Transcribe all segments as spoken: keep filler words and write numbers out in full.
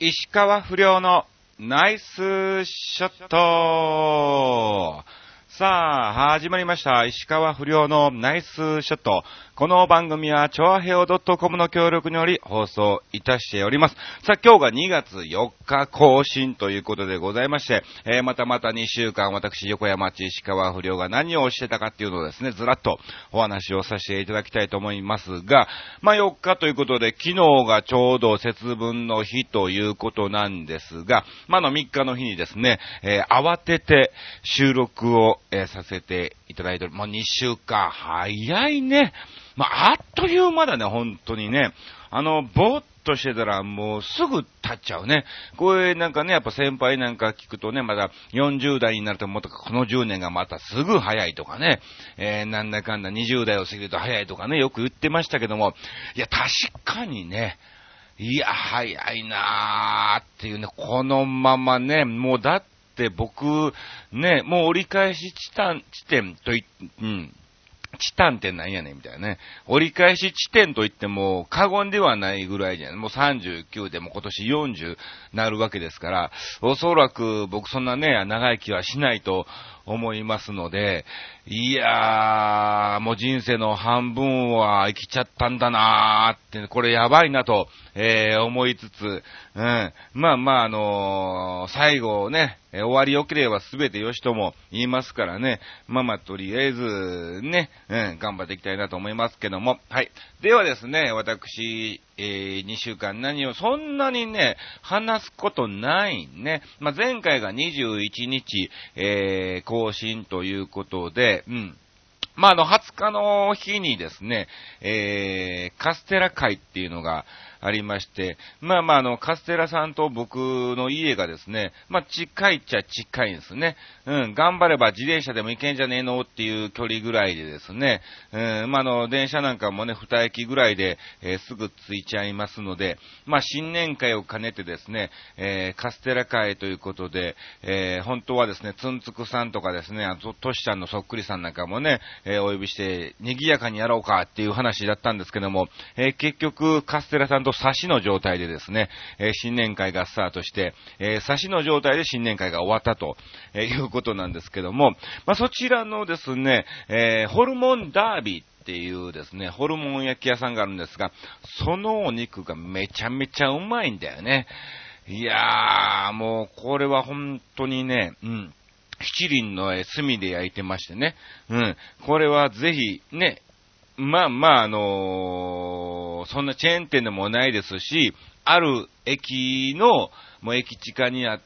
石川不良のナイスショット。さあ、始まりました。石川不良のナイスショット。この番組は、チョアヘオ .com の協力により放送いたしております。さあ、今日がにがつよっか更新ということでございまして、えー、またまたにしゅうかん、私、横山町石川不良が何をしてたかっていうのをですね、ずらっとお話をさせていただきたいと思いますが、まあ、よっかということで、昨日がちょうど節分の日ということなんですが、まあ、のみっかの日にですね、えー、慌てて収録をえー、させていただいており、もうにしゅうかん、早いね。まあ、あっという間だね、本当にね。あの、ぼーっとしてたらもうすぐ経っちゃうね。これなんかね、やっぱ先輩なんか聞くとね、まだよんじゅうだいになるともっとこのじゅうねんがまたすぐ早いとかね、えー、なんだかんだにじゅうだいを過ぎると早いとかね、よく言ってましたけども、いや、確かにね、いや、早いなーっていうね、このままね、もうだって、で、僕、ね、もう折り返し地点、地点とい、うん、地点ってなんやねんみたいなね。折り返し地点と言っても過言ではないぐらいじゃない。もうさんじゅうきゅうでも今年よんじゅうなるわけですから、おそらく僕そんなね、長生きはしないと思いますので、いやー、もう人生の半分は生きちゃったんだなーって、これやばいなと、えー、思いつつ、うん、まあまああのー、最後ね、えー、終わり良ければ全てよしとも言いますからね、まあまあとりあえずね、うん、頑張っていきたいなと思いますけども、はい。ではですね、私、えー、にしゅうかん何をそんなにね、話すことないね。まあ、前回がにじゅういちにち、えー、更新ということで、うん。まあ、あの、はつかの日にですね、えー、カステラ会っていうのがありまして、まあまあ、あの、カステラさんと僕の家がですね、まあ、近いっちゃ近いんですね。うん、頑張れば自転車でも行けんじゃねえのっていう距離ぐらいでですね、うん、まあ、あの、電車なんかもね、二駅ぐらいで、えー、すぐ着いちゃいますので、まあ、新年会を兼ねてですね、えー、カステラ会ということで、えー、本当はですね、つんつくさんとかですね、あと、としちゃんのそっくりさんなんかもね、えー、お呼びして、賑やかにやろうかっていう話だったんですけども、えー、結局、カステラさんと差しの状態でですね、えー、新年会がスタートして、えー、差しの状態で新年会が終わったと、えー、いうことなんですけども、まあ、そちらのですね、えー、ホルモンダービーっていうですね、ホルモン焼き屋さんがあるんですが、そのお肉がめちゃめちゃうまいんだよね。いやー、もうこれは本当にね、うん。七輪の炭で焼いてましてね。うん。これはぜひ、ね、まあまあ、あのー、そんなチェーン店でもないですし、ある駅の、もう駅地下にあって、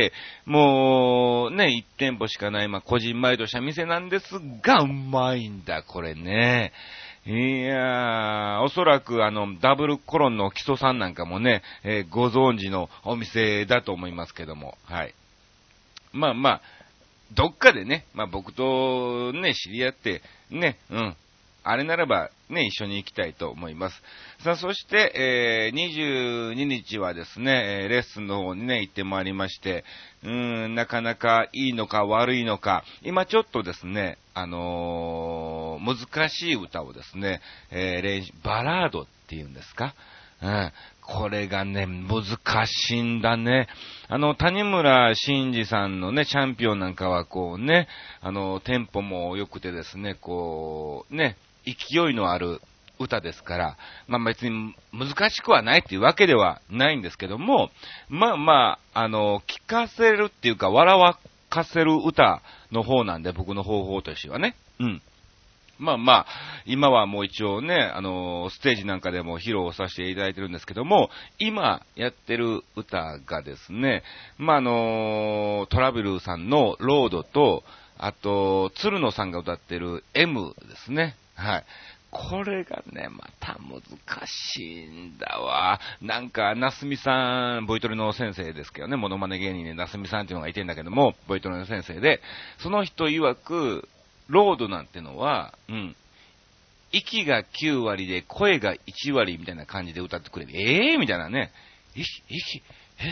もうね、一店舗しかない、まあ、こじんまりとした店なんですが、うまいんだ、これね。いやー、おそらくあの、ダブルコロンの基礎さんなんかもね、えー、ご存知のお店だと思いますけども、はい。まあまあ、どっかでね、まあ僕とね、知り合って、ね、うん。あれならば、ね、一緒に行きたいと思います。さあ、そして、えー、にじゅうににちはですね、えー、レッスンの方にね、行ってまいりまして、うーん、なかなかいいのか悪いのか、今ちょっとですね、あのー、難しい歌をですね、えー、練習、バラードっていうんですか？うん。これがね、難しいんだね。あの、谷村新司さんのね、チャンピオンなんかはこうね、あの、テンポも良くてですね、こう、ね、勢いのある歌ですから、まあ別に難しくはないっていうわけではないんですけども、まあまあ、あの、聞かせるっていうか、笑わかせる歌の方なんで、僕の方法としてはね。うん。まあまあ、今はもう一応ね、あのー、ステージなんかでも披露させていただいてるんですけども、今やってる歌がですね、まああのー、トラベルさんのロードと、あと、鶴野さんが歌ってる M ですね。はい。これがね、また難しいんだわ。なんか、なすみさん、ボイトレの先生ですけどね、モノマネ芸人でなすみさんっていうのがいてんだけども、ボイトレの先生で、その人曰く、ロードなんてのは、うん、息がきゅうわりで声がいちわりみたいな感じで歌ってくれる。ええー、みたいなね。息、息、え、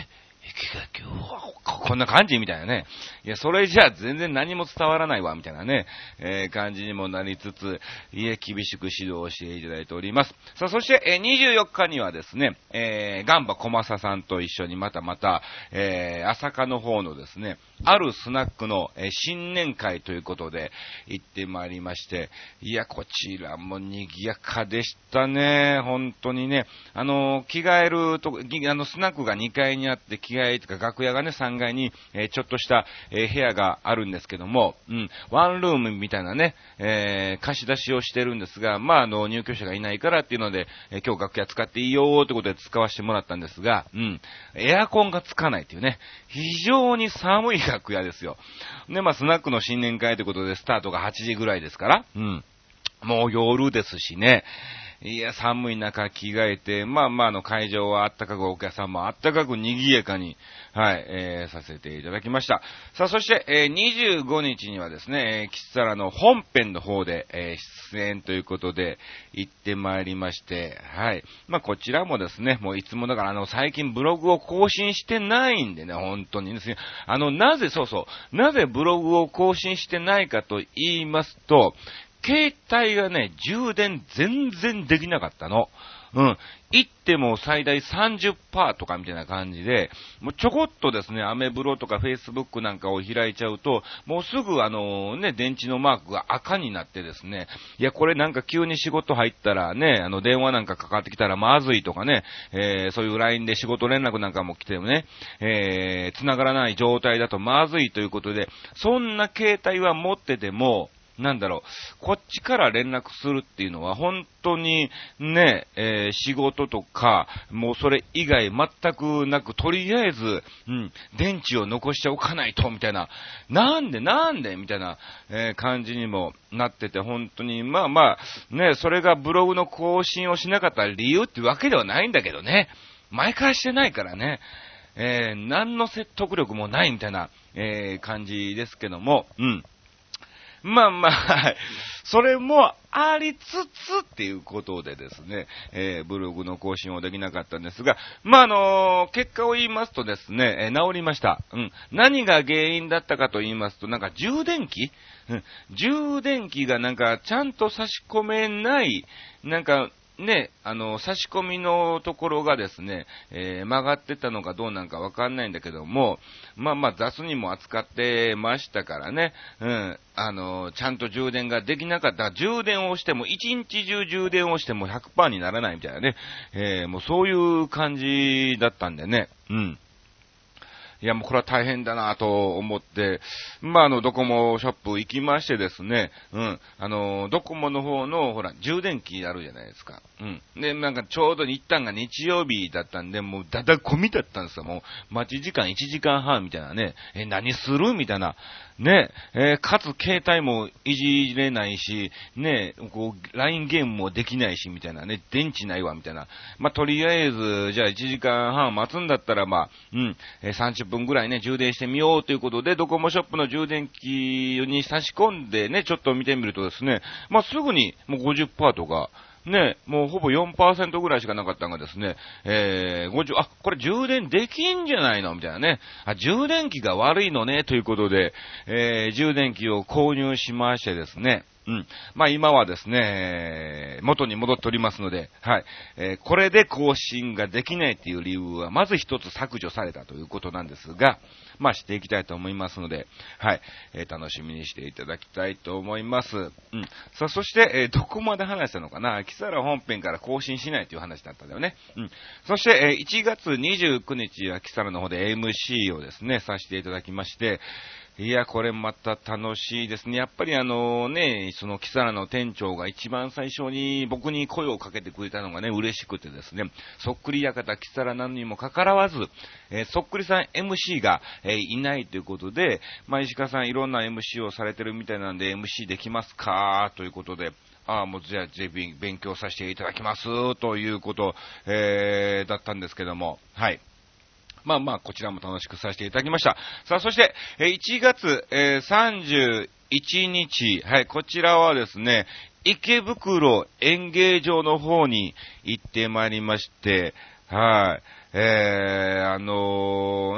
息が今日はこんな感じみたいなね。いや、それじゃあ全然何も伝わらないわ、みたいなね、えー、感じにもなりつつ、いえ、厳しく指導していただいております。さあ、そして、えー、にじゅうよっかにはですね、えー、ガンバ小正さんと一緒にまたまた、えー、朝霞の方のですね、あるスナックの、えー、新年会ということで行ってまいりまして、いや、こちらも賑やかでしたね、本当にね。あのー、着替えるとこ、あの、スナックがにかいにあって、着替えとか楽屋がね、さんがいに、えー、ちょっとした、えー、部屋があるんですけども、うん、ワンルームみたいなね、えー、貸し出しをしてるんですが、まあ、あの、入居者がいないからっていうので、えー、今日楽屋使っていいよーってことで使わせてもらったんですが、うん、エアコンがつかないっていうね、非常に寒い楽屋ですよ。で、まあ、スナックの新年会ということで、スタートがはちじぐらいですから、うん、もう夜ですしね、いや、寒い中着替えて、まあまあの会場はあったかく、お客さんもあったかく賑やかに、はい、えー、させていただきました。さあ、そして、えー、にじゅうごにちにはですね、えー、キッサラの本編の方で、えー、出演ということで行ってまいりまして、はい。まあ、こちらもですね、もういつもだから、あの、最近ブログを更新してないんでね、本当にですね、あの、なぜ、そうそう、なぜブログを更新してないかと言いますと、携帯がね、充電全然できなかったの。うん。行っても最大 さんじゅっパーセント とかみたいな感じで、もうちょこっとですね、アメブロとかフェイスブックなんかを開いちゃうと、もうすぐあのね、電池のマークが赤になってですね、いや、これなんか急に仕事入ったらね、あの電話なんかかかってきたらまずいとかね、えー、そういう ライン で仕事連絡なんかも来てもね、えー、繋がらない状態だとまずいということで、そんな携帯は持ってても、なんだろう、こっちから連絡するっていうのは本当にね、えー、仕事とか、もうそれ以外全くなく、とりあえず、うん、電池を残しておかないと、みたいな、なんでなんでみたいな、えー、感じにもなってて、本当に、まあまあ、ね、それがブログの更新をしなかった理由ってわけではないんだけどね、前からしてないからね、えー、何の説得力もないみたいな、えー、感じですけども、うん。まあまあ、それもありつつっていうことでですね、えー、ブログの更新をできなかったんですが、まあ、あのー、結果を言いますとですね、えー、治りました。うん。何が原因だったかと言いますと、なんか充電器、うん、充電器がなんかちゃんと差し込めない、なんか、ね、あの、差し込みのところがですね、えー、曲がってたのかどうなんかわかんないんだけども、まあまあ雑にも扱ってましたからね、うん、あの、ちゃんと充電ができなかった。充電をしても、一日中充電をしても ひゃくパーセント にならないみたいなね、えー、もうそういう感じだったんでね、うん。いや、もうこれは大変だなと思って、まあ、あの、ドコモショップ行きましてですね、うん、あの、ドコモの方の、ほら、充電器あるじゃないですか。うん。で、なんかちょうど一旦が日曜日だったんで、もうだだこみだったんですよ。もう、待ち時間いちじかんはんみたいなね、え、何するみたいな。ね、えー、かつ携帯もいじれないし、ね、こう、ライン ゲームもできないし、みたいなね、電池ないわ、みたいな。まあ、とりあえず、じゃあいちじかんはん待つんだったら、まあ、うん、えー、さんじゅっぷんぐらいね、充電してみようということで、ドコモショップの充電器に差し込んでね、ちょっと見てみるとですね、まあ、すぐにもう ごじゅっパーセント とか、ね、もうほぼ よんパーセント ぐらいしかなかったのがですね、えー、ごじゅう、あ、これ充電できんじゃないのみたいなね。あ、充電器が悪いのね、ということで、えー、充電器を購入しましてですね、うん。まあ今はですね、元に戻っておりますので、はい。えー、これで更新ができないっていう理由は、まず一つ削除されたということなんですが、まあしていきたいと思いますので、はい。えー、楽しみにしていただきたいと思います。うん。さあ、そして、えー、どこまで話したのかな？キサラ本編から更新しないという話だったんだよね。うん。そして、えー、いちがつにじゅうくにちはキサラの方で エムシー をですね、させていただきまして、いや、これまた楽しいですね。やっぱりあのね、そのキサラの店長が一番最初に僕に声をかけてくれたのがね、嬉しくてですね、そっくり館キサラなのにもかかわらず、えー、そっくりさん エムシー が、えー、いないということで、まあ、石川さんいろんな エムシー をされてるみたいなんで、エムシー できますかということで、ああ、もうじゃあ、ぜひ勉強させていただきます、ということ、えー、だったんですけども、はい。まあまあ、こちらも楽しくさせていただきました。さあ、そして、いちがつさんじゅういちにち、はい、こちらはですね、池袋演芸場の方に行ってまいりまして、はい、えー、あのー、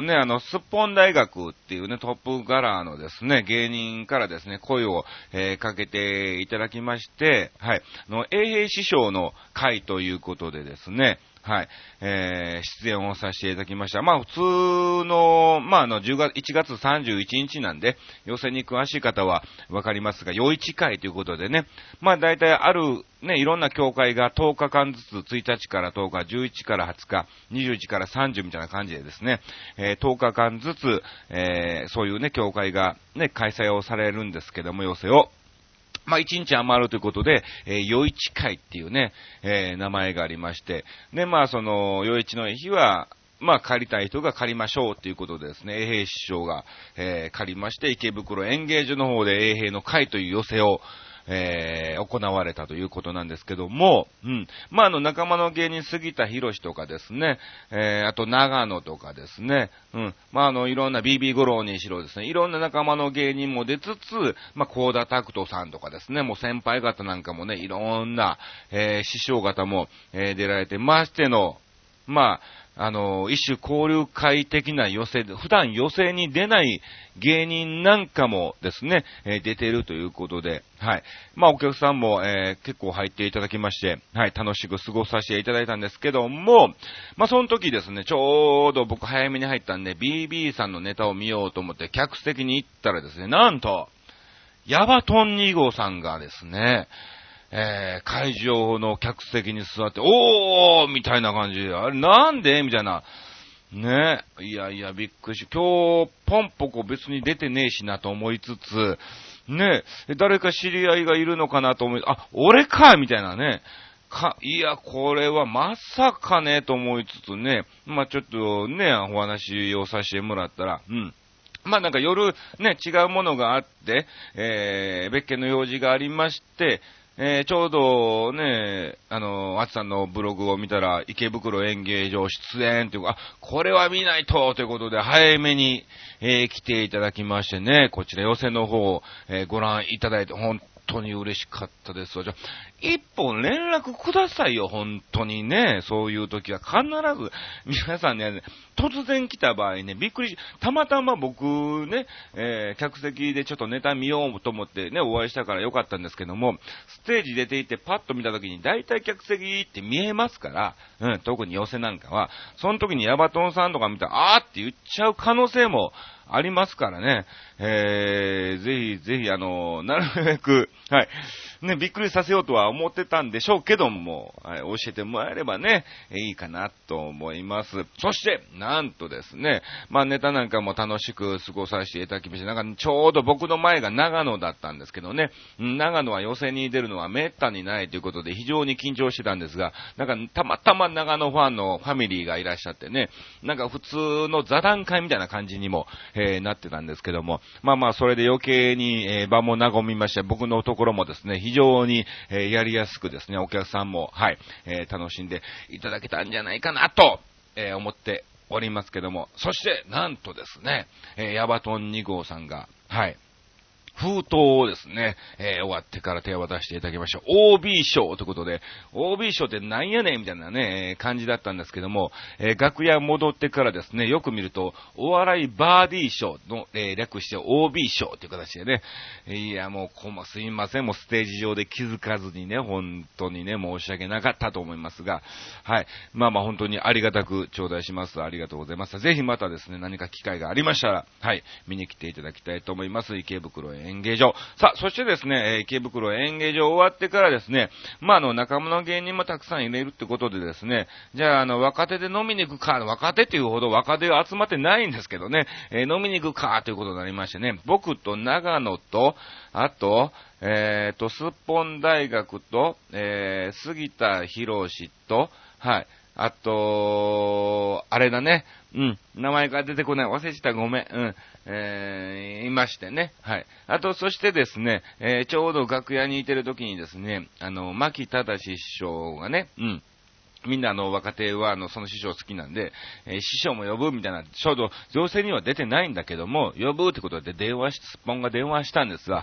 ね、あの、すっぽん大学っていうね、トップガラーのですね、芸人からですね、声を、えー、かけていただきまして、はい、あの、永平師匠の会ということでですね、はい、えー、出演をさせていただきました。まあ、普通の、まあ、あの、じゅうがつ、いちがつさんじゅういちにちなんで、寄席に詳しい方はわかりますが、夜市会ということでね、まあ、大体ある、ね、いろんな協会がとおかかんずつ、ついたちからとおか、じゅういちからはつか、にじゅういちからさんじゅうみたいな感じでですね、えー、とおかかんずつ、えー、そういうね、協会がね、開催をされるんですけども、寄席を。まあ、一日余るということで、えー、夜市会っていうね、えー、名前がありまして、で、まあ、その、夜市の日は、まあ、借りたい人が借りましょうっていうことでですね、永平師匠が、えー、借りまして、池袋演芸場の方で永平の会という寄席を、えー、行われたということなんですけども、うん。まあ、あの、仲間の芸人、杉田博士とかですね、えー、あと、長野とかですね、うん。まあ、あの、いろんな ビービー 五郎にしろですね、いろんな仲間の芸人も出つつ、まあ、高田拓人さんとかですね、もう先輩方なんかもね、いろんな、えー、師匠方も、えー、出られてましての、まあ、あの、一種交流会的な寄席で、普段寄席に出ない芸人なんかもですね、えー、出ているということで、はい。まあ、お客さんも、えー、結構入っていただきまして、はい、楽しく過ごさせていただいたんですけども、まあ、その時ですね、ちょうど僕早めに入ったんで、ビービー さんのネタを見ようと思って客席に行ったらですね、なんと、ヤバトンに号さんがですね、えー、会場の客席に座って、おーみたいな感じで、あれなんでみたいな。ね。いやいや、びっくりし、今日、ポンポコ別に出てねえしなと思いつつ、ね、誰か知り合いがいるのかなと思い、あ、俺かみたいなね。か、いや、これはまさかね、と思いつつね、まあちょっとね、お話をさせてもらったら、うん。まあなんか夜ね、違うものがあって、えー、別件の用事がありまして、えー、ちょうどね、あの、あつさんのブログを見たら、池袋演芸場出演というか、あ、これは見ないとということで、早めに、えー、来ていただきましてね、こちら寄席の方を、えー、ご覧いただいて、本当に嬉しかったです。じゃあ、一本連絡くださいよ、本当にね。そういう時は必ず、皆さんね、突然来た場合ね、びっくりし、たまたま僕ね、えー、客席でちょっとネタ見ようと思ってね、お会いしたからよかったんですけども、ステージ出ていってパッと見た時に大体客席って見えますから、うん、特に寄席なんかは、その時にヤバトンさんとか見たら、あーって言っちゃう可能性もありますからね、えー、ぜひぜひあの、なるべく、はい、ね、びっくりさせようとは思ってたんでしょうけども、はい、教えてもらえればね、いいかなと思います。そして、なんとですね、まあネタなんかも楽しく過ごさせていただきました。なんかちょうど僕の前が長野だったんですけどね、長野は寄席に出るのは滅多にないということで非常に緊張してたんですが、なんかたまたま長野ファンのファミリーがいらっしゃってね、なんか普通の座談会みたいな感じにも、えー、なってたんですけども、まあまあそれで余計に、えー、場も和みまして、僕のところもですね、非常に、えー、やりやすくですね、お客さんも、はい、えー、楽しんでいただけたんじゃないかなと、えー、思っておりますけども、そして、なんとですね、えー、ヤバトンに号さんが、はい、封筒をですね、えー、終わってから手を渡していただきました。オービー 賞ということで、オービー 賞ってなんやねんみたいなね、感じだったんですけども、えー、楽屋戻ってからですね、よく見ると、お笑いバーディー賞の、えー、略して オービー 賞という形でね、いやもうこま、すいません、もうステージ上で気づかずにね、本当にね、申し訳なかったと思いますが、はい。まあまあ本当にありがたく頂戴します。ありがとうございます。ぜひまたですね、何か機会がありましたら、はい、見に来ていただきたいと思います。池袋へ演芸場。さあ、そしてですね、池袋演芸場終わってからですね、まあ、あの、仲間の芸人もたくさん入れるってことでですね、じゃあ、あの、若手で飲みに行くか、若手っていうほど若手が集まってないんですけどね、えー、飲みに行くか、ということになりましてね、僕と長野と、あと、えーと、すっぽん大学と、えー、杉田博士と、はい、あと、あれだね、うん、名前が出てこない、忘れてた、ごめん、うん、えー、いましてね、はい。あと、そしてですね、えー、ちょうど楽屋にいてる時にですね、あの、牧忠師匠がね、うん、みんなあの、若手はあの、その師匠好きなんで、えー、師匠も呼ぶみたいな、ちょうど、情勢には出てないんだけども、呼ぶってことで電話し、すっぽんが電話したんですが、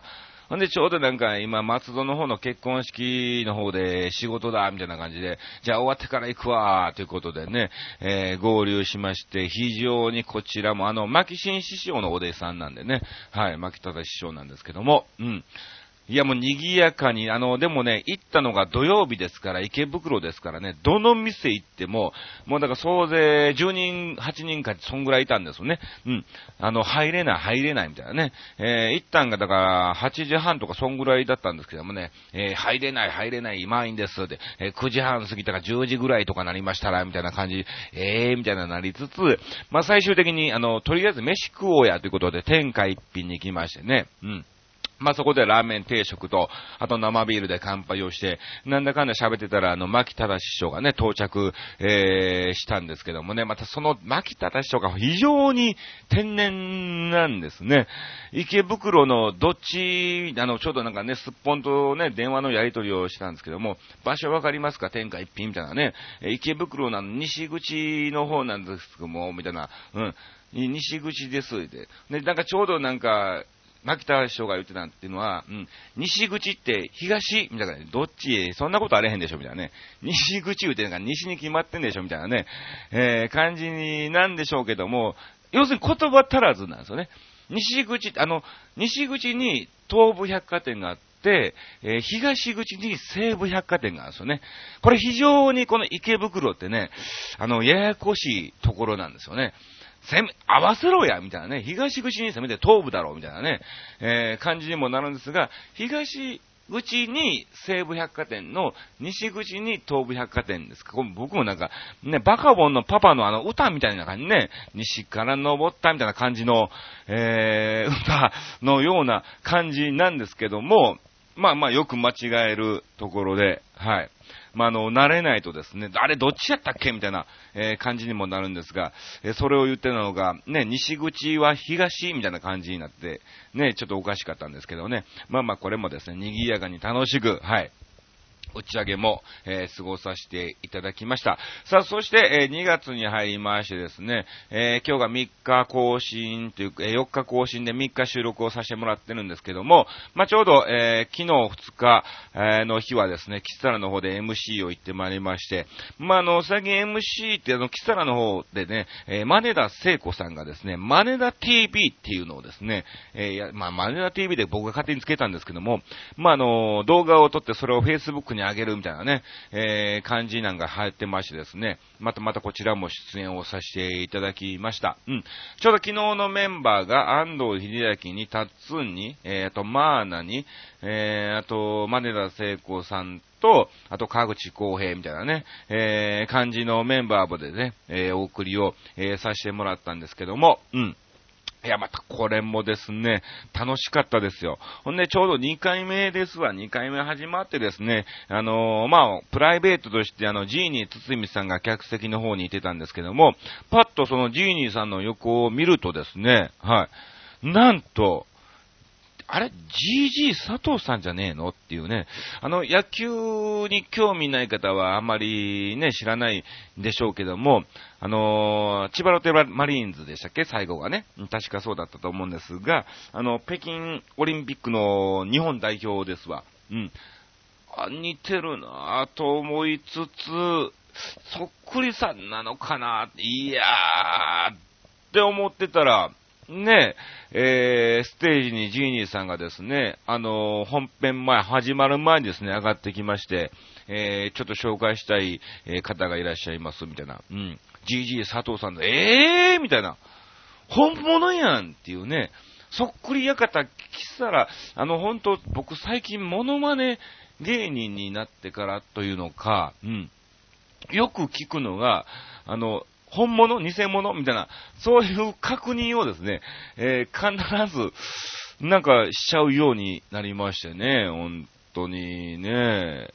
ほんでちょうどなんか今松戸の方の結婚式の方で仕事だみたいな感じで、じゃあ終わってから行くわーということでね、えー、合流しまして、非常にこちらもあの、牧新師匠のお弟子さんなんでね、はい、牧忠師匠なんですけども、うん。いやもう賑やかに、あの、でもね、行ったのが土曜日ですから、池袋ですからね、どの店行っても、もうだから総勢じゅうにん、はちにんか、そんぐらいいたんですよね。うん。あの、入れない、入れないみたいなね。えー、行ったんがだからはちじはんとかそんぐらいだったんですけどもね、えー、入れない、入れない、満員ですって、えー、くじはん過ぎたからじゅうじぐらいとかなりましたら、みたいな感じ、えー、みたいななりつつ、まあ最終的に、あの、とりあえず飯食おうやということで、天下一品に行きましてね、うん。まあ、そこでラーメン定食と、あと生ビールで乾杯をして、なんだかんだ喋ってたら、あの、牧忠師匠がね、到着、えー、したんですけどもね、またその牧忠師匠が非常に天然なんですね。池袋のどっち、あの、ちょうどなんかね、すっぽんとね、電話のやり取りをしたんですけども、場所わかりますか？天下一品みたいなね、池袋の西口の方なんですけども、みたいな、うん、西口です、で。で、なんかちょうどなんか、牧田師匠が言ってたっていうのは、うん、西口って東みたいな、どっちそんなことあれへんでしょみたいなね。西口言うてなんか西に決まってんでしょみたいなね、えー、感じになんでしょうけども、要するに言葉足らずなんですよね。西口、あの、西口に東武百貨店があって、えー、東口に西武百貨店があるんですよね。これ非常にこの池袋ってね、あの、ややこしいところなんですよね。せめ、合わせろやみたいなね、東口にせめて東部だろうみたいなね、えー、感じにもなるんですが、東口に西武百貨店の西口に東武百貨店ですか。僕もなんか、ね、バカボンのパパのあの歌みたいな感じね、西から登ったみたいな感じの、えー、歌のような感じなんですけども、まあまあよく間違えるところで、はい。まあ、あの、慣れないとですね、あれどっちやったっけみたいな、えー、感じにもなるんですが、えー、それを言ってたのが、ね、西口は東みたいな感じになって、ね、ちょっとおかしかったんですけどね。まあまあ、これもですね、賑やかに楽しく、はい。打ち上げも、えー、過ごさせていただきました。さあ、そして、えー、にがつに入りましてですね、えー、今日がみっか更新という、えー、よっか更新でみっか収録をさせてもらってるんですけども、まあ、ちょうど、えー、昨日ふつか、えー、の日はですね、キサラの方で エムシー を行ってまいりまして、まあ、あの、最近 エムシー ってあの、キサラの方でね、えー、真田聖子さんがですね、真田 ティーブイ っていうのをですね、えー、まあ、真田 ティーブイ で僕が勝手につけたんですけども、まあ、あの、動画を撮ってそれを Facebook にあげるみたいなね、えー、感じなんか入ってましてですね、またまたこちらも出演をさせていただきました。うん。ちょうど昨日のメンバーが安藤秀明に、タッツンに、えー、あとマーナに、えー、あと、真田聖子さんと、あと、川口浩平みたいなね、えー、感じのメンバーでね、えー、お送りを、えー、させてもらったんですけども、うん。いや、またこれもですね、楽しかったですよ。ほんで、ちょうどにかいめですわ。にかいめ始まってですね、あのー、まあ、プライベートとして、あの、ジーニー堤さんが客席の方にいてたんですけども、パッとそのジーニーさんの横を見るとですね、はい。なんと、あれ ジージー 佐藤さんじゃねえのっていうね。あの、野球に興味ない方はあんまりね、知らないんでしょうけども、あのー、千葉ロッテマリーンズでしたっけ最後がね。確かそうだったと思うんですが、あの、北京オリンピックの日本代表ですわ。うん。あ、似てるなぁと思いつつ、そっくりさんなのかないやーって思ってたら、ねえ、えー、ステージにジーニーさんがですね、あのー、本編前、始まる前にですね、上がってきまして、えー、ちょっと紹介したい、えー、方がいらっしゃいます、みたいな。うん。ジージー 佐藤さんで、えーみたいな。本物やんっていうね、そっくり館来たら、あの、ほんと、僕最近モノマネ芸人になってからというのか、うん。よく聞くのが、あの、本物偽物みたいな、そういう確認をですね、えー、必ず、なんかしちゃうようになりましてね、本当にね。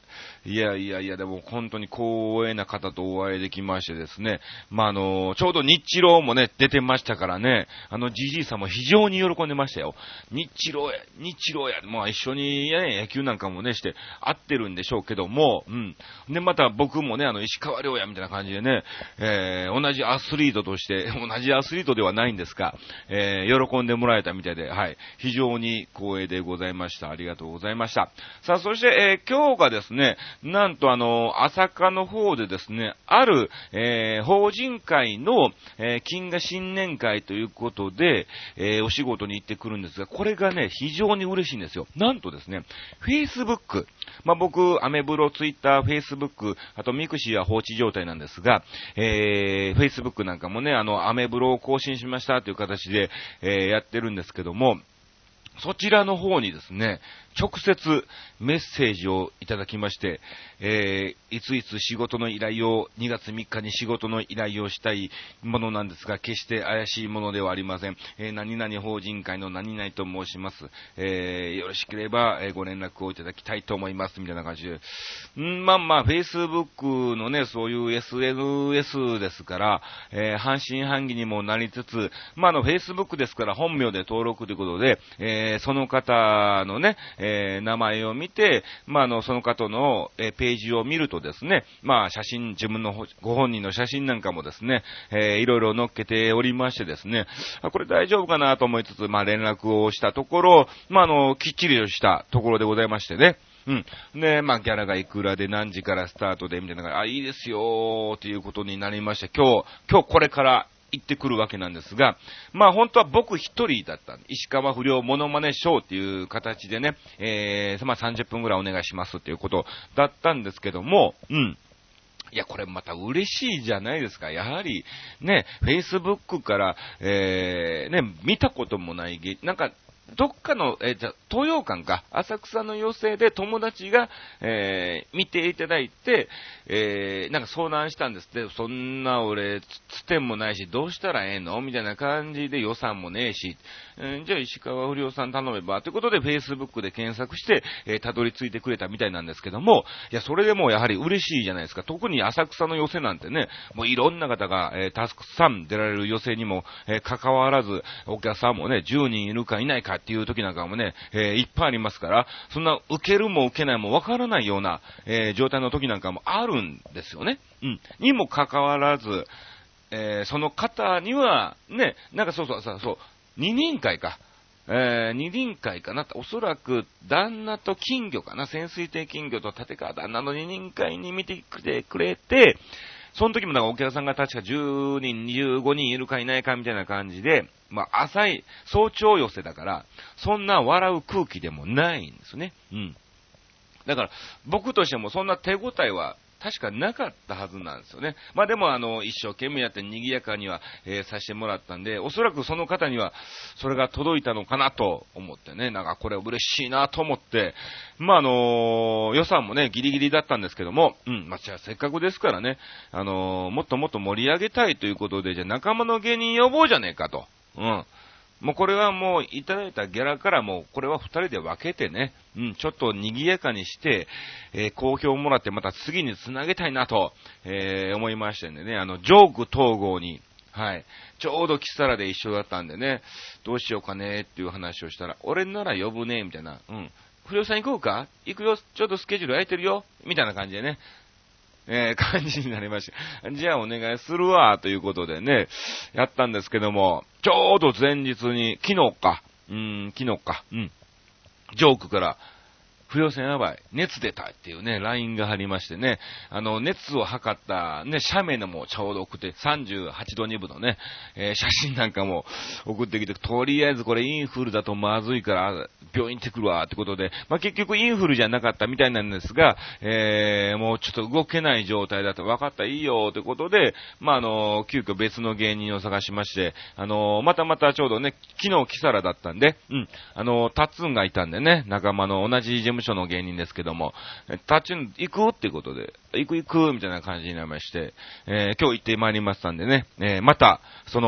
いやいやいや、でも本当に光栄な方とお会いできましてですね。まあ、あの、ちょうど日露もね、出てましたからね、あの、じじいさんも非常に喜んでましたよ。日露や、日露や、まあ一緒にね、野球なんかもね、して会ってるんでしょうけども、うん。で、また僕もね、あの、石川遼也みたいな感じでね、えー、同じアスリートとして、同じアスリートではないんですが、えー、喜んでもらえたみたいで、はい。非常に光栄でございました。ありがとうございました。さあ、そして、えー、今日がですね、なんとあの、朝霞の方でですね、ある、えー、法人会の、えー、金河新年会ということで、えー、お仕事に行ってくるんですが、これがね、非常に嬉しいんですよ。なんとですね、Facebook、まあ、僕、アメブロ、ツイッター、Facebook、あとミクシーは放置状態なんですが、えー、Facebook なんかもね、あの、アメブロを更新しましたという形で、えー、やってるんですけども、そちらの方にですね、直接メッセージをいただきまして、えー、いついつ仕事の依頼を、にがつみっかに仕事の依頼をしたいものなんですが、決して怪しいものではありません。えー、何々法人会の何々と申します。えー、よろしければ、えー、ご連絡をいただきたいと思います。みたいな感じで。んまあまあ、Facebook のね、そういう エスエヌエス ですから、えー、半信半疑にもなりつつ、まああの、Facebook ですから本名で登録ということで、えー、その方のね、えー、名前を見て、まあ、あの、その方の、えー、ページを見るとですね、まあ、写真、自分のご本人の写真なんかもですね、えー、いろいろ載っけておりましてですね、あ、これ大丈夫かなと思いつつ、まあ、連絡をしたところ、まあ、あの、きっちりとしたところでございましてね、うん。で、まあ、ギャラがいくらで何時からスタートで、みたいな、あ、いいですよー、ということになりまして、今日、今日これから、行ってくるわけなんですが、まあ本当は僕一人だった。石川不良モノマネショーっていう形でね、えー、まあさんじゅっぷんぐらいお願いしますっていうことだったんですけども、うん。いや、これまた嬉しいじゃないですか。やはり、ね、Facebook から、えー、ね、見たこともない芸、なんか、どっかの、えー、じゃ、東洋館か、浅草の寄席で友達が、えー、見ていただいて、えー、なんか相談したんですって、そんな俺、つ、つてもないし、どうしたらええのみたいな感じで予算もねえし、えー、じゃあ石川不良さん頼めば、ということで Facebook で検索して、えー、たどり着いてくれたみたいなんですけども、いや、それでもやはり嬉しいじゃないですか。特に浅草の寄席なんてね、もういろんな方が、えー、たくさん出られる寄席にも、えー、関わらず、お客さんもね、じゅうにんいるかいないかっていう時なんかもね、えー、いっぱいありますから、そんな受けるも受けないもわからないような、えー、状態の時なんかもあるんですよね。うん。にもかかわらず、えー、その方には、ね、なんかそうそうそう、そう、二人会か。えー、二人会かな。おそらく、旦那と金魚かな。潜水艇金魚と立川旦那の二人会に見てくれくれて、その時もなんかお客さんが確かじゅうにん、にじゅうごにんいるかいないかみたいな感じで、まあ浅い、早朝寄せだから、そんな笑う空気でもないんですね。うん。だから、僕としてもそんな手応えは、確かなかったはずなんですよね。まあでもあの、一生懸命やって賑やかには、えー、させてもらったんで、おそらくその方には、それが届いたのかなと思ってね、なんかこれ嬉しいなと思って、まああのー、予算もね、ギリギリだったんですけども、うん、まあじゃあせっかくですからね、あのー、もっともっと盛り上げたいということで、じゃあ仲間の芸人呼ぼうじゃねえかと。うん。もうこれはもういただいたギャラからもうこれは二人で分けてね、うん、ちょっと賑やかにして、えー、好評をもらってまた次につなげたいなと、えー、思いましてね、あの、ジョーク統合に、はい、ちょうどキサラで一緒だったんでね、どうしようかねっていう話をしたら、俺なら呼ぶね、みたいな、うん、不良さん行こうか行くよ、ちょっとスケジュール空いてるよ、みたいな感じでね、えー、感じになりました。じゃあお願いするわ、ということでね、やったんですけども、ちょうど前日に、昨日か、うーん、昨日か、うん、ジョークから、不良線やばい。熱出たっていうね、ライン が貼りましてね、あの、熱を測った、ね、写メのもちょうど送って、さんじゅうはちどにぶのね、えー、写真なんかも送ってきて、とりあえずこれインフルだとまずいから、病院行ってくるわってことで、まあ、結局インフルじゃなかったみたいなんですが、えー、もうちょっと動けない状態だと分かったいいよってことで、まあ、あの、急遽別の芸人を探しまして、あの、またまたちょうどね、昨日キサラだったんで、うん、あの、タッツンがいたんでね、仲間の同じ事務所の芸人ですけども、タッチン行くっていうことで、行く行くみたいな感じになりまして、えー、今日行ってまいりましたんでね、えー、また、その、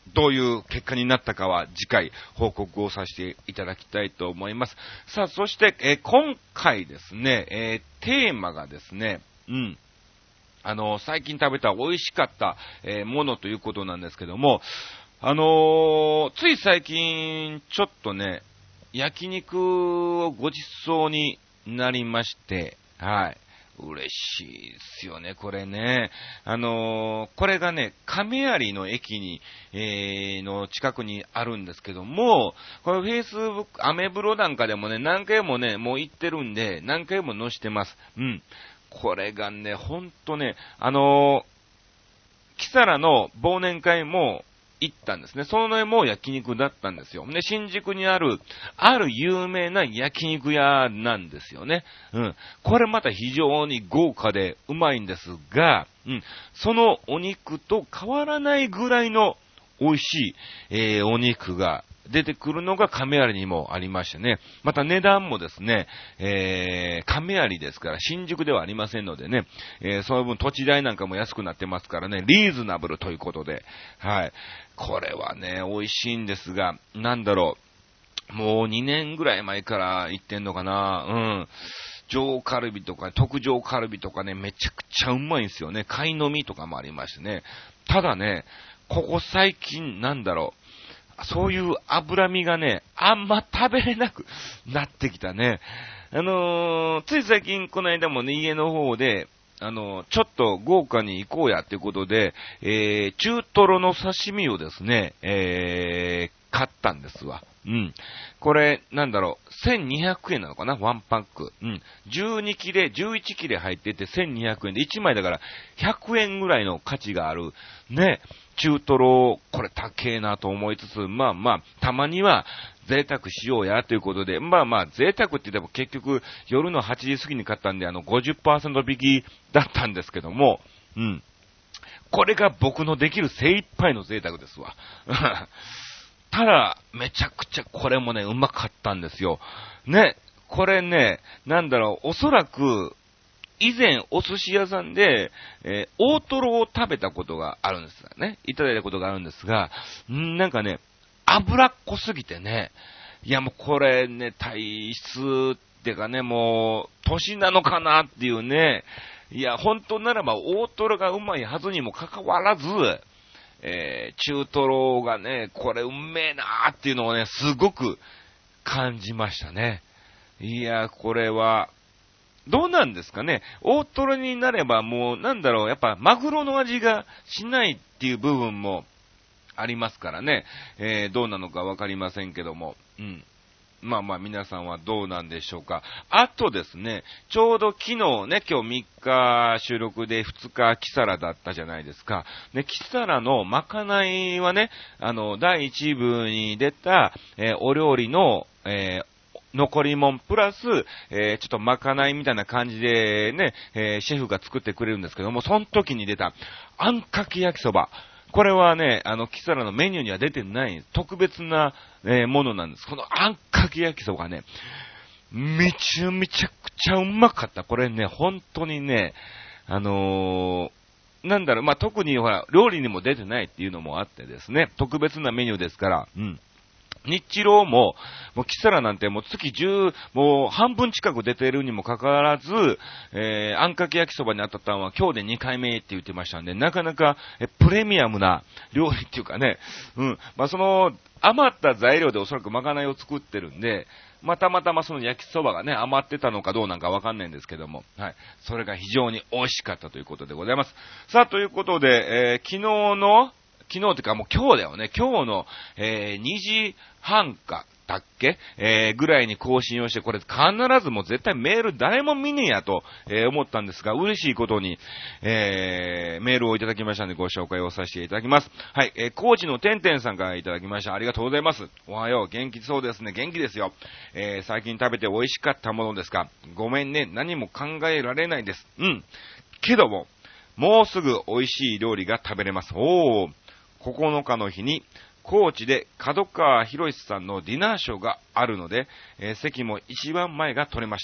どういう結果になったかは次回報告をさせていただきたいと思います。さあ、そして、えー、今回ですね、えー、テーマがですね、うん、あの、最近食べた美味しかった、えー、ものということなんですけども、あのー、つい最近、ちょっとね、焼肉をご馳走になりまして、はい。嬉しいですよね、これね。あのー、これがね、亀有の駅に、えー、の近くにあるんですけども、これ Facebook、アメブロなんかでもね、何回もね、もう行ってるんで、何回も載してます。うん。これがね、ほんとね、あのー、キサラの忘年会も、行ったんですね。その絵も焼肉だったんですよ。で、新宿にある、ある有名な焼肉屋なんですよね。うん。これまた非常に豪華でうまいんですが、うん。そのお肉と変わらないぐらいの美味しい、えー、お肉が出てくるのが亀有にもありましてね。また値段もですね、えー、亀有ですから新宿ではありませんのでね、えー、その分土地代なんかも安くなってますからね、リーズナブルということで、はい。これはね、美味しいんですが、なんだろう、もうにねんぐらい前から行ってんのかな、うん。上カルビとか、特上カルビとかね、めちゃくちゃうまいんですよね。貝の実とかもありましてね。ただね、ここ最近、なんだろう、そういう脂身がね、あんま食べれなくなってきたね。あのー、つい最近この間もね、家の方で、あのー、ちょっと豪華に行こうやっていうことで、えー、中トロの刺身をですね、えー、買ったんですわ。うん。これ、なんだろう、せんにひゃくえんなのかな、ワンパック。うん。じゅうに切れ、じゅういち切れ入っててせんにひゃくえんで、いちまいだからひゃくえんぐらいの価値がある。ね。中トロ、これ高えなと思いつつ、まあまあ、たまには贅沢しようやということで、まあまあ、贅沢って言っても結局夜のはちじ過ぎに買ったんで、あの ごじゅっパーセント 引きだったんですけども、うん。これが僕のできる精一杯の贅沢ですわ。ただ、めちゃくちゃこれもね、うまかったんですよ。ね、これね、なんだろう、おそらく、以前お寿司屋さんで、えー、大トロを食べたことがあるんですよね。いただいたことがあるんですが、んなんかね、脂っこすぎてね、いやもうこれね、体質ってかね、もう、年なのかなっていうね、いや、本当ならば大トロがうまいはずにもかかわらず、えー、中トロがね、これうめえなーっていうのをね、すごく感じましたね。いや、これは、どうなんですかね。大トロになればもう、なんだろう、やっぱマグロの味がしないっていう部分もありますからね。えー、どうなのかわかりませんけども。うん。まあまあ皆さんはどうなんでしょうか。あとですね、ちょうど昨日ね、今日みっか収録でふつかキサラだったじゃないですか。で、キサラのまかないはね、あの、だいいち部に出た、えー、お料理の、えー残りもんプラス、えー、ちょっとまかないみたいな感じでね、えー、シェフが作ってくれるんですけども、その時に出た、あんかけ焼きそば。これはね、あの、キサラのメニューには出てない特別な、えー、ものなんです。このあんかけ焼きそばがね、めちゃめちゃくちゃうまかった。これね、本当にね、あのー、なんだろう、まあ、特にほら、料理にも出てないっていうのもあってですね、特別なメニューですから、うん。日露も、もうキサラなんてもう月じゅう、もう半分近く出てるにもかかわらず、えー、あんかけ焼きそばに当たったのは今日でにかいめって言ってましたんで、なかなかえプレミアムな料理っていうかね、うん、まあその余った材料でおそらくまかないを作ってるんで、まあたまたまその焼きそばがね、余ってたのかどうなんかわかんないんですけども、はい。それが非常に美味しかったということでございます。さあ、ということで、えー、昨日の、昨日というかもう今日だよね。今日の、えー、にじはんかだっけ、えー、ぐらいに更新をして、これ必ずもう絶対メール誰も見ねえやと、えー、思ったんですが、嬉しいことに、えー、メールをいただきましたのでご紹介をさせていただきます。はい、えー、高知のてんてんさんからいただきました。ありがとうございます。おはよう、元気そうですね。元気ですよ。えー、最近食べて美味しかったものですか？ごめんね。何も考えられないです。うん。けども、もうすぐ美味しい料理が食べれます。おー。ここのかの日に、高知で角川博さんのディナーショーがあるので、えー、席も一番前が取れました。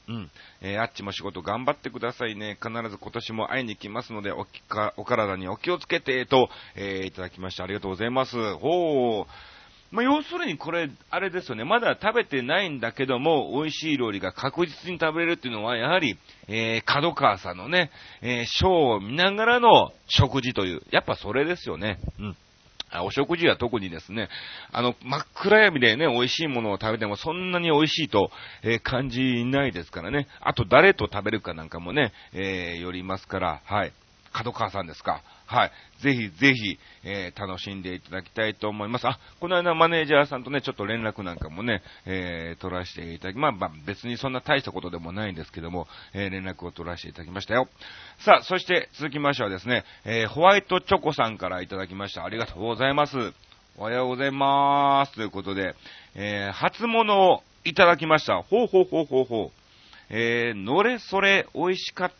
うん。えー、あっちも仕事頑張ってくださいね。必ず今年も会いに来ますので、おきか、お体にお気をつけて、と、えー、いただきました。ありがとうございます。ほー。まあ、要するにこれ、あれですよね。まだ食べてないんだけども、美味しい料理が確実に食べれるっていうのは、やはり、えー、角川さんのね、えー、ショーを見ながらの食事という、やっぱそれですよね。うん。お食事は特にですね、あの、真っ暗闇でね、美味しいものを食べてもそんなに美味しいと、えー、感じないですからね。あと、誰と食べるかなんかもね、えー、よりますから、はい。角川さんですか。はい。ぜひぜひ、えー、楽しんでいただきたいと思います。あ、この間マネージャーさんとね、ちょっと連絡なんかもね、えー、取らせていただき、まあ、まあ、別にそんな大したことでもないんですけども、えー、連絡を取らせていただきましたよ。さあ、そして続きましてはですね、えー、ホワイトチョコさんからいただきました。ありがとうございます。おはようございます。ということで、えー、初物をいただきました。ほうほうほうほうほう。えー、のれそれ美味しかった。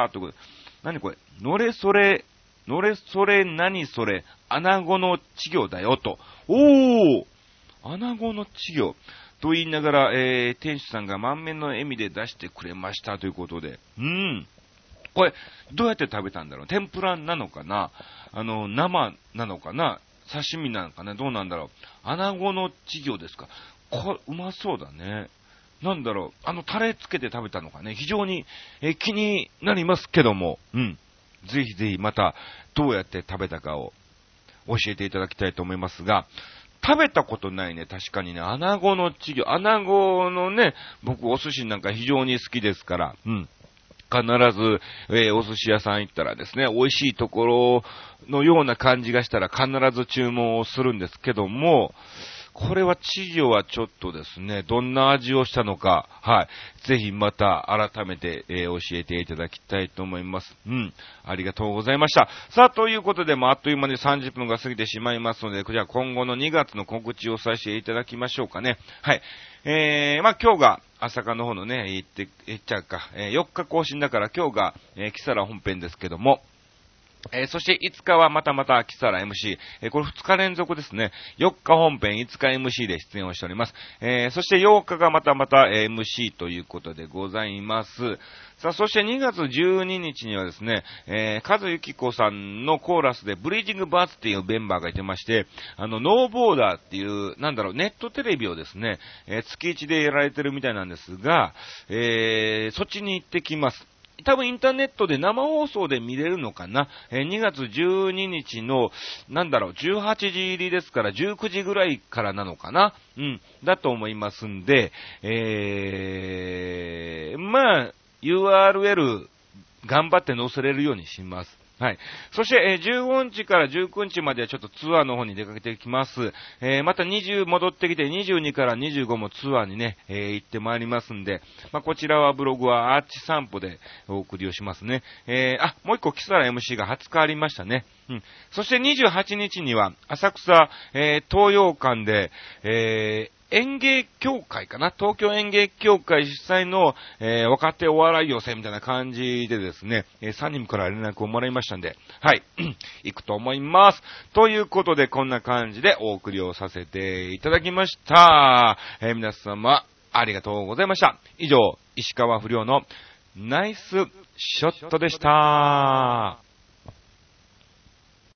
ということで、何これ、のれそれ、のれそれ何それ、穴子の稚魚だよと。おー、穴子の稚魚と言いながら、えー、店主さんが満面の笑みで出してくれましたということで。うん。これ、どうやって食べたんだろう。天ぷらなのかな、あの、生なのかな、刺身なのかな、どうなんだろう。穴子の稚魚ですか。これ、うまそうだね。なんだろう、あの、タレつけて食べたのかね、非常に、えー、気になりますけども、うん。ぜひぜひまた、どうやって食べたかを教えていただきたいと思いますが、食べたことないね、確かにね、穴子の稚魚、穴子のね、僕お寿司なんか非常に好きですから、うん。必ず、えー、お寿司屋さん行ったらですね、美味しいところのような感じがしたら必ず注文をするんですけども、これは稚魚はちょっとですね、どんな味をしたのか、はい。ぜひまた改めて、えー、教えていただきたいと思います。うん。ありがとうございました。さあ、ということで、もうあっという間にさんじゅっぷんが過ぎてしまいますので、じゃあ今後のにがつの告知をさせていただきましょうかね。はい。えー、まあ今日が、朝霞の方のね、行って、行っちゃうか、えー、よっか更新だから今日が、えー、キサラ本編ですけども、えー、そしていつかはまたまたキサラ エムシー、えー、これふつか連続ですね。よっか本編、いつか エムシー で出演をしております。えー、そしてようかがまたまた エムシー ということでございます。さあ、そしてにがつじゅうににちにはですね、えー、カズユキコさんのコーラスでブリージングバーツっていうメンバーがいてまして、あの、ノーボーダーっていう、なんだろう、ネットテレビをですね、えー、月いちでやられてるみたいなんですが、えー、そっちに行ってきます。多分インターネットで生放送で見れるのかな、えー、にがつじゅうににちの、なんだろう、じゅうはちじ入りですからじゅうくじぐらいからなのかな、うん、だと思いますんで、えー、まあ、ユーアールエル 頑張って載せれるようにします。はい。そして、えー、じゅうごにちからじゅうくにちまではちょっとツアーの方に出かけてきます。えー、またにじゅう戻ってきてにじゅうにからにじゅうごもツアーにね、えー、行ってまいりますんで、まあ、こちらはブログはアーチ散歩でお送りをしますね。えー、あ、もう一個キサラ エムシー がはつかありましたね。うん。そしてにじゅうはちにちには浅草、えー、東洋館で、えー、演芸協会かな、東京演芸協会主催の、えー、若手お笑い寄せみたいな感じでですね、えー、さんにんから連絡をもらいましたんで、はい、行くと思います。ということで、こんな感じでお送りをさせていただきました。えー、皆様、ありがとうございました。以上、石川不良のナイスショットでした。